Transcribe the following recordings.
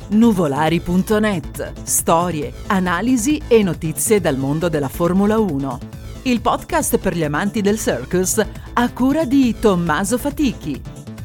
Nuvolari.net. Storie, analisi e notizie dal mondo della Formula 1. Il podcast per gli amanti del circus a cura di Tommaso Fatichi.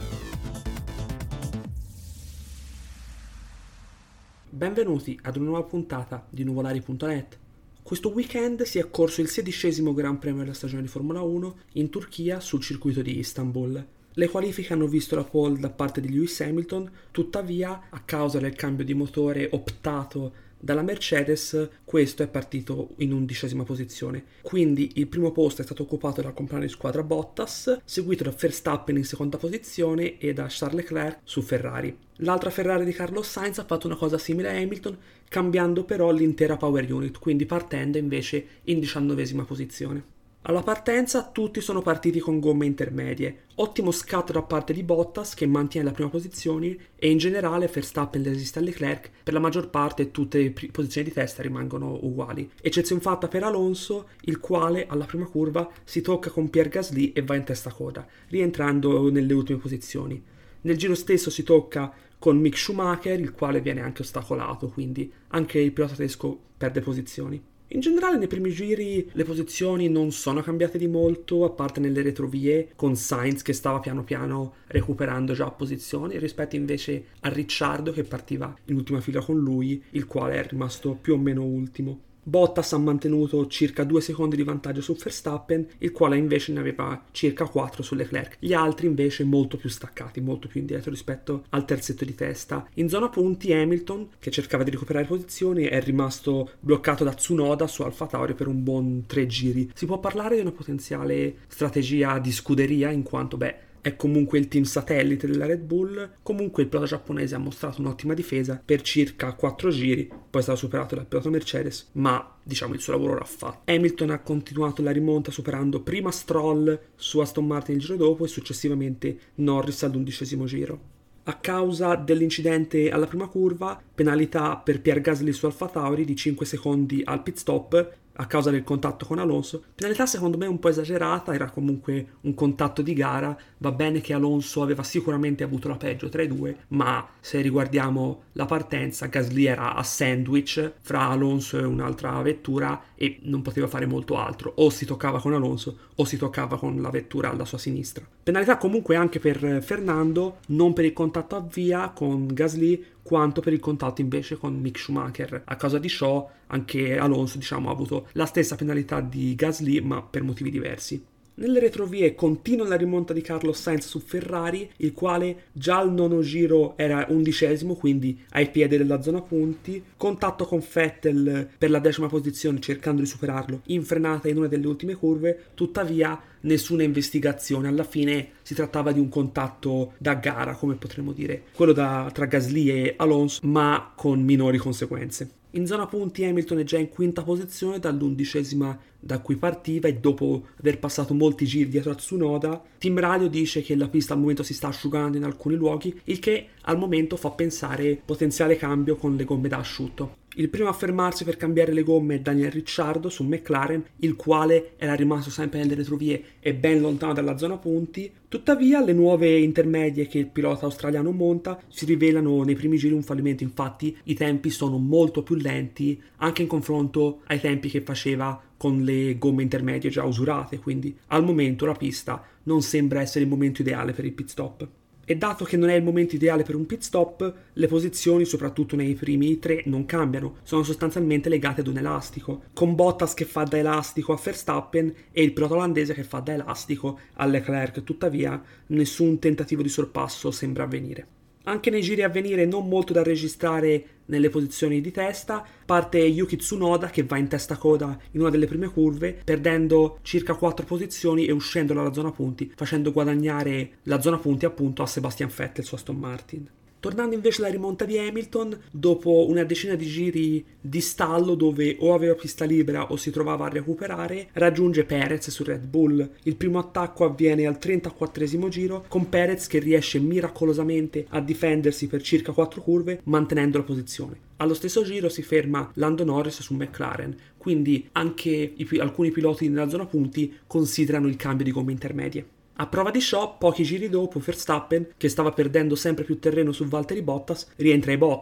Benvenuti ad una nuova puntata di Nuvolari.net. Questo weekend si è corso il 16° Gran Premio della stagione di Formula 1 in Turchia sul circuito di Istanbul. Le qualifiche hanno visto la pole da parte di Lewis Hamilton, tuttavia, a causa del cambio di motore optato dalla Mercedes, questo è partito in 11ª posizione. Quindi il primo posto è stato occupato dal compagno di squadra Bottas, seguito da Verstappen in seconda posizione e da Charles Leclerc su Ferrari. L'altra Ferrari di Carlos Sainz ha fatto una cosa simile a Hamilton, cambiando però l'intera power unit, quindi partendo invece in 19ª posizione. Alla partenza tutti sono partiti con gomme intermedie, ottimo scatto da parte di Bottas che mantiene la prima posizione e in generale Verstappen resiste a Leclerc, per la maggior parte tutte le posizioni di testa rimangono uguali, eccezione fatta per Alonso, il quale alla prima curva si tocca con Pierre Gasly e va in testa coda, rientrando nelle ultime posizioni. Nel giro stesso si tocca con Mick Schumacher, il quale viene anche ostacolato, quindi anche il pilota tedesco perde posizioni. In generale nei primi giri le posizioni non sono cambiate di molto, a parte nelle retrovie, con Sainz che stava piano piano recuperando già posizioni, rispetto invece a Ricciardo che partiva in ultima fila con lui, il quale è rimasto più o meno ultimo. Bottas ha mantenuto circa 2 secondi di vantaggio su Verstappen, il quale invece ne aveva circa 4 su Leclerc. Gli altri invece molto più staccati, molto più indietro rispetto al terzetto di testa. In zona punti Hamilton, che cercava di recuperare posizioni, è rimasto bloccato da Tsunoda su AlphaTauri per un buon 3 giri. Si può parlare di una potenziale strategia di scuderia, in quanto è comunque il team satellite della Red Bull. Comunque il pilota giapponese ha mostrato un'ottima difesa per circa 4 giri, poi è stato superato dal pilota Mercedes, ma diciamo il suo lavoro l'ha fatto. Hamilton ha continuato la rimonta superando prima Stroll su Aston Martin il giro dopo e successivamente Norris all'11° giro. A causa dell'incidente alla prima curva, penalità per Pierre Gasly su AlphaTauri di 5 secondi al pit stop a causa del contatto con Alonso. Penalità secondo me un po' esagerata, era comunque un contatto di gara. Va bene che Alonso aveva sicuramente avuto la peggio tra i due, ma se riguardiamo la partenza Gasly era a sandwich fra Alonso e un'altra vettura e non poteva fare molto altro, o si toccava con Alonso o si toccava con la vettura alla sua sinistra. Penalità comunque anche per Fernando, non per il contatto a via con Gasly quanto per il contatto invece con Mick Schumacher. A causa di ciò anche Alonso ha avuto la stessa penalità di Gasly, ma per motivi diversi. Nelle retrovie continua la rimonta di Carlos Sainz su Ferrari, il quale già al 9° giro era 11°, quindi ai piedi della zona punti. Contatto con Vettel per la 10ª posizione, cercando di superarlo in frenata in una delle ultime curve, tuttavia nessuna investigazione. Alla fine si trattava di un contatto da gara, come potremmo dire, quello tra Gasly e Alonso, ma con minori conseguenze. In zona punti Hamilton è già in 5ª posizione dall'11ª da cui partiva e dopo aver passato molti giri dietro a Tsunoda. Team Radio dice che la pista al momento si sta asciugando in alcuni luoghi, il che al momento fa pensare potenziale cambio con le gomme da asciutto. Il primo a fermarsi per cambiare le gomme è Daniel Ricciardo su McLaren, il quale era rimasto sempre nelle retrovie e ben lontano dalla zona punti. Tuttavia le nuove intermedie che il pilota australiano monta si rivelano nei primi giri un fallimento, infatti i tempi sono molto più lenti anche in confronto ai tempi che faceva con le gomme intermedie già usurate, quindi al momento la pista non sembra essere il momento ideale per il pit stop. E dato che non è il momento ideale per un pit stop, le posizioni, soprattutto nei primi 3, non cambiano, sono sostanzialmente legate ad un elastico, con Bottas che fa da elastico a Verstappen e il pilota olandese che fa da elastico a Leclerc. Tuttavia nessun tentativo di sorpasso sembra avvenire. Anche nei giri a venire non molto da registrare nelle posizioni di testa, parte Yuki Tsunoda che va in testa coda in una delle prime curve, perdendo circa 4 posizioni e uscendo dalla zona punti, facendo guadagnare la zona punti appunto a Sebastian Vettel su Aston Martin. Tornando invece alla rimonta di Hamilton, dopo una decina di giri di stallo dove o aveva pista libera o si trovava a recuperare, raggiunge Perez su Red Bull. Il primo attacco avviene al 34° giro, con Perez che riesce miracolosamente a difendersi per circa 4 curve mantenendo la posizione. Allo stesso giro si ferma Lando Norris su McLaren, quindi anche alcuni piloti nella zona punti considerano il cambio di gomme intermedie. A prova di ciò, pochi giri dopo, Verstappen, che stava perdendo sempre più terreno su Valtteri Bottas, rientra ai box.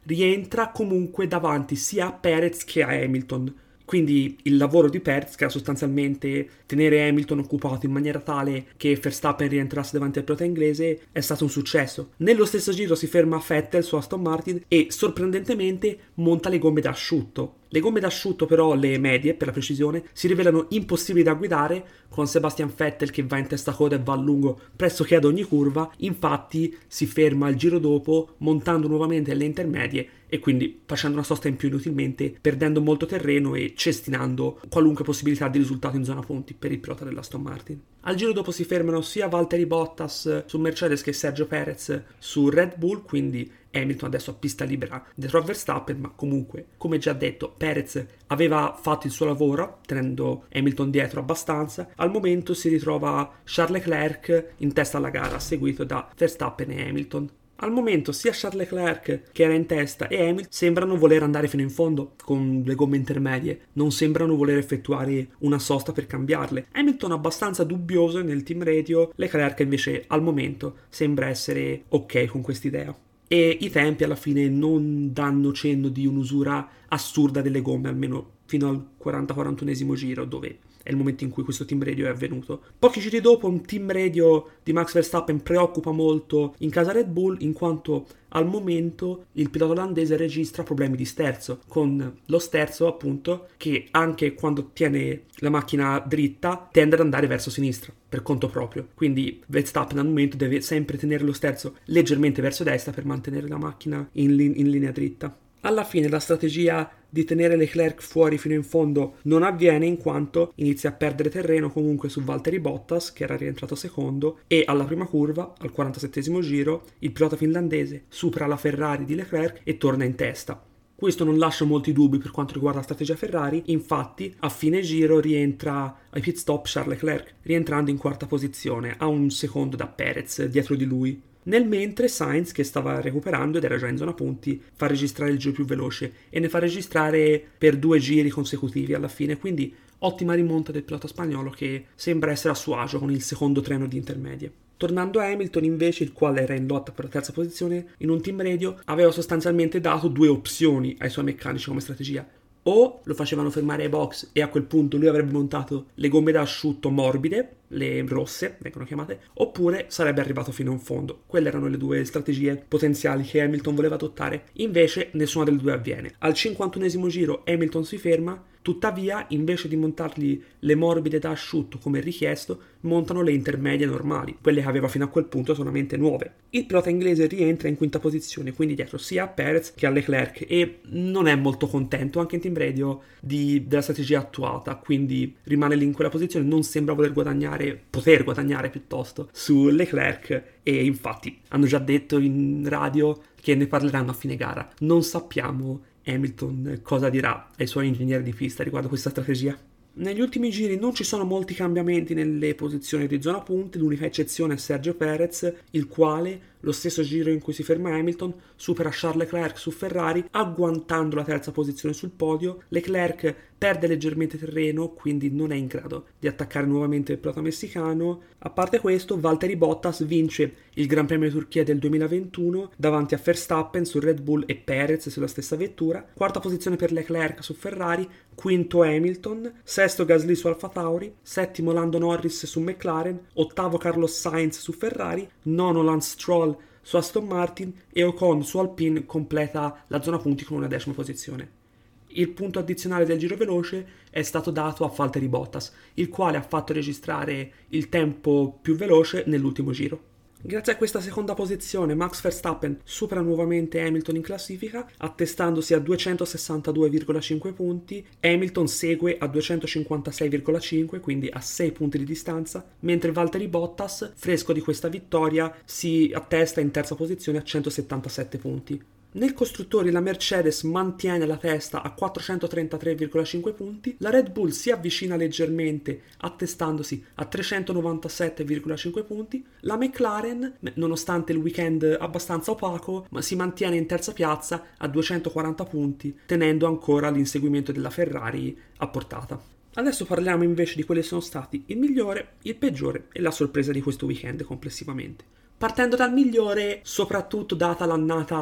rientra comunque davanti sia a Perez che a Hamilton. Quindi il lavoro di Perez, che era sostanzialmente tenere Hamilton occupato in maniera tale che Verstappen rientrasse davanti al pilota inglese, è stato un successo. Nello stesso giro si ferma Vettel su Aston Martin e sorprendentemente monta le gomme da asciutto. Le gomme d'asciutto però, le medie per la precisione, si rivelano impossibili da guidare, con Sebastian Vettel che va in testa coda e va a lungo pressoché ad ogni curva. Infatti si ferma il giro dopo montando nuovamente le intermedie e quindi facendo una sosta in più inutilmente, perdendo molto terreno e cestinando qualunque possibilità di risultato in zona punti per il pilota dell'Aston Martin. Al giro dopo si fermano sia Valtteri Bottas su Mercedes che Sergio Perez su Red Bull, quindi Hamilton adesso a pista libera dietro a Verstappen, ma comunque, come già detto, Perez aveva fatto il suo lavoro tenendo Hamilton dietro abbastanza. Al momento si ritrova Charles Leclerc in testa alla gara, seguito da Verstappen e Hamilton. Al momento sia Charles Leclerc, che era in testa, e Hamilton sembrano voler andare fino in fondo con le gomme intermedie, non sembrano voler effettuare una sosta per cambiarle. Hamilton abbastanza dubbioso nel team radio, Leclerc invece al momento sembra essere ok con quest'idea. E i tempi alla fine non danno cenno di un'usura assurda delle gomme, almeno fino al 40-41esimo giro, dove è il momento in cui questo team radio è avvenuto. Pochi giri dopo un team radio di Max Verstappen preoccupa molto in casa Red Bull, in quanto al momento il pilota olandese registra problemi di sterzo, con lo sterzo appunto che anche quando tiene la macchina dritta tende ad andare verso sinistra per conto proprio. Quindi Verstappen al momento deve sempre tenere lo sterzo leggermente verso destra per mantenere la macchina in linea dritta. Alla fine la strategia di tenere Leclerc fuori fino in fondo non avviene, in quanto inizia a perdere terreno comunque su Valtteri Bottas, che era rientrato secondo, e alla prima curva, al 47esimo giro, il pilota finlandese supera la Ferrari di Leclerc e torna in testa. Questo non lascia molti dubbi per quanto riguarda la strategia Ferrari, infatti a fine giro rientra ai pit stop Charles Leclerc, rientrando in quarta posizione, a un secondo da Perez dietro di lui. Nel mentre Sainz, che stava recuperando ed era già in zona punti, fa registrare il giro più veloce e ne fa registrare per 2 giri consecutivi alla fine, quindi ottima rimonta del pilota spagnolo che sembra essere a suo agio con il secondo treno di intermedie. Tornando a Hamilton invece, il quale era in lotta per la terza posizione, in un team radio aveva sostanzialmente dato 2 opzioni ai suoi meccanici come strategia. O lo facevano fermare ai box e a quel punto lui avrebbe montato le gomme da asciutto morbide, le rosse vengono chiamate, oppure sarebbe arrivato fino in fondo. Quelle erano le 2 strategie potenziali che Hamilton voleva adottare. Invece nessuna delle 2 avviene. Al 51esimo giro Hamilton si ferma, tuttavia invece di montargli le morbide da asciutto come richiesto, montano le intermedie normali, quelle che aveva fino a quel punto solamente nuove. Il pilota inglese rientra in quinta posizione, quindi dietro sia a Perez che a Leclerc, e non è molto contento anche in team radio della strategia attuata, quindi rimane lì in quella posizione, non sembra poter guadagnare piuttosto su Leclerc, e infatti hanno già detto in radio che ne parleranno a fine gara. Non sappiamo Hamilton cosa dirà ai suoi ingegneri di pista riguardo questa strategia. Negli ultimi giri non ci sono molti cambiamenti nelle posizioni di zona punti, l'unica eccezione è Sergio Perez, il quale, lo stesso giro in cui si ferma Hamilton, supera Charles Leclerc su Ferrari, agguantando la terza posizione sul podio. Leclerc perde leggermente terreno, quindi non è in grado di attaccare nuovamente il pilota messicano. A parte questo, Valtteri Bottas vince il Gran Premio di Turchia del 2021 davanti a Verstappen su Red Bull e Perez sulla stessa vettura. Quarta posizione per Leclerc su Ferrari, quinto Hamilton, sesto Gasly su Alfa Tauri, settimo Lando Norris su McLaren, ottavo Carlos Sainz su Ferrari, nono Lance Stroll su Aston Martin e Ocon su Alpine completa la zona punti con una 10ª posizione. Il punto addizionale del giro veloce è stato dato a Valtteri Bottas, il quale ha fatto registrare il tempo più veloce nell'ultimo giro. Grazie a questa seconda posizione Max Verstappen supera nuovamente Hamilton in classifica, attestandosi a 262,5 punti. Hamilton segue a 256,5, quindi a 6 punti di distanza, mentre Valtteri Bottas, fresco di questa vittoria, si attesta in terza posizione a 177 punti. Nel costruttori la Mercedes mantiene la testa a 433,5 punti, la Red Bull si avvicina leggermente attestandosi a 397,5 punti, la McLaren, nonostante il weekend abbastanza opaco, ma si mantiene in terza piazza a 240 punti, tenendo ancora l'inseguimento della Ferrari a portata. Adesso parliamo invece di quelli che sono stati il migliore, il peggiore e la sorpresa di questo weekend complessivamente. Partendo dal migliore, soprattutto data l'annata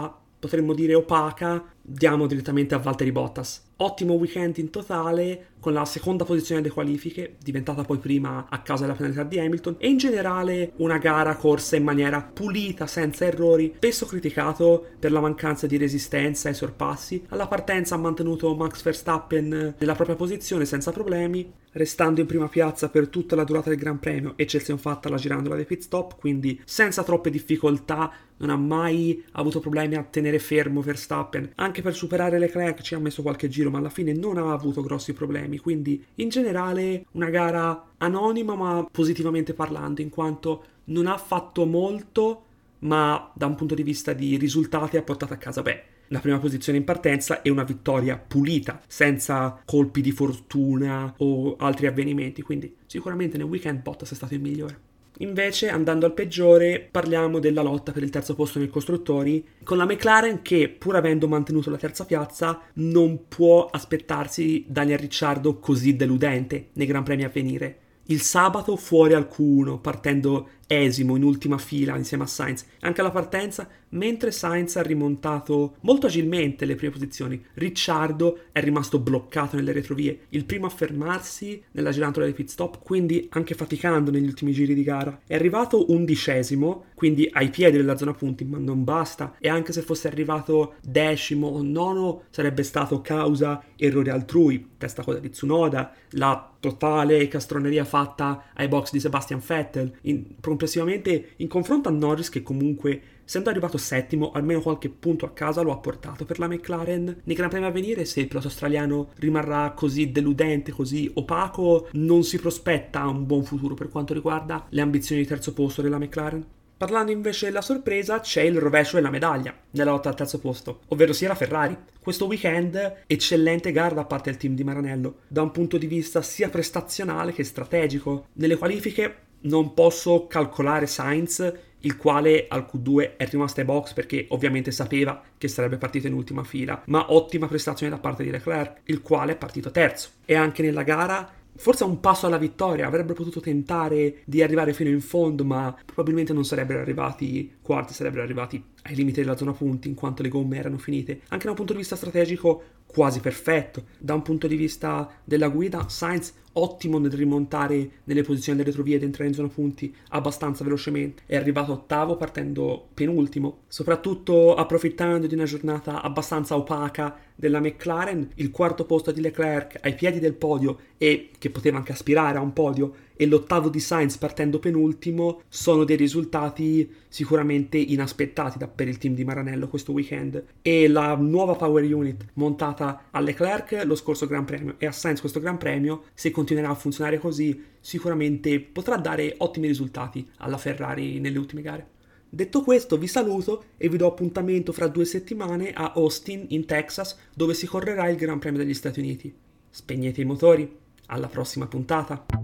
potremmo dire opaca, diamo direttamente a Valtteri Bottas. Ottimo weekend in totale, con la seconda posizione delle qualifiche, diventata poi prima a causa della penalità di Hamilton, e in generale una gara corsa in maniera pulita, senza errori, spesso criticato per la mancanza di resistenza ai sorpassi. Alla partenza ha mantenuto Max Verstappen nella propria posizione senza problemi, restando in prima piazza per tutta la durata del Gran Premio, eccezione fatta la girandola dei pit stop, quindi senza troppe difficoltà. Non ha mai avuto problemi a tenere fermo Verstappen, anche per superare Leclerc ci ha messo qualche giro, ma alla fine non ha avuto grossi problemi, quindi in generale una gara anonima ma positivamente parlando, in quanto non ha fatto molto, ma da un punto di vista di risultati ha portato a casa la prima posizione in partenza e una vittoria pulita, senza colpi di fortuna o altri avvenimenti, quindi sicuramente nel weekend Bottas è stato il migliore. Invece, andando al peggiore, parliamo della lotta per il terzo posto nei costruttori, con la McLaren che, pur avendo mantenuto la terza piazza, non può aspettarsi Daniel Ricciardo così deludente nei Gran Premi a venire. Il sabato fuori al Q1, partendo esimo in ultima fila insieme a Sainz, anche alla partenza, mentre Sainz ha rimontato molto agilmente le prime posizioni, Ricciardo è rimasto bloccato nelle retrovie, il primo a fermarsi nella girandola dei pit stop, quindi anche faticando negli ultimi giri di gara. È arrivato 11°, quindi ai piedi della zona punti, ma non basta, e anche se fosse arrivato 10° o 9° sarebbe stato causa errore altrui, testa coda di Tsunoda, la totale castroneria fatta ai box di Sebastian Vettel, complessivamente in confronto a Norris, che comunque essendo arrivato settimo almeno qualche punto a casa lo ha portato per la McLaren. Nei Gran Premi a venire, se il pilota australiano rimarrà così deludente, così opaco, non si prospetta un buon futuro per quanto riguarda le ambizioni di terzo posto della McLaren. Parlando invece della sorpresa, c'è il rovescio della medaglia nella lotta al terzo posto, ovvero sia la Ferrari. Questo weekend eccellente gara da parte del team di Maranello, da un punto di vista sia prestazionale che strategico. Nelle qualifiche non posso calcolare Sainz, il quale al Q2 è rimasto ai box perché ovviamente sapeva che sarebbe partito in ultima fila, ma ottima prestazione da parte di Leclerc, il quale è partito terzo. E anche nella gara forse un passo alla vittoria, avrebbero potuto tentare di arrivare fino in fondo, ma probabilmente non sarebbero arrivati quarti, sarebbero arrivati ai limiti della zona punti in quanto le gomme erano finite. Anche da un punto di vista strategico quasi perfetto, da un punto di vista della guida Sainz ottimo nel rimontare nelle posizioni delle retrovie ed entrare in zona punti abbastanza velocemente, è arrivato ottavo partendo penultimo, soprattutto approfittando di una giornata abbastanza opaca della McLaren. Il quarto posto di Leclerc ai piedi del podio e che poteva anche aspirare a un podio e l'ottavo di Sainz partendo penultimo sono dei risultati sicuramente inaspettati per il team di Maranello questo weekend, e la nuova power unit montata a Leclerc lo scorso Gran Premio e a Sainz questo Gran Premio, se continuerà a funzionare così, sicuramente potrà dare ottimi risultati alla Ferrari nelle ultime gare. Detto questo, vi saluto e vi do appuntamento fra 2 settimane a Austin in Texas, dove si correrà il Gran Premio degli Stati Uniti. Spegnete i motori, alla prossima puntata!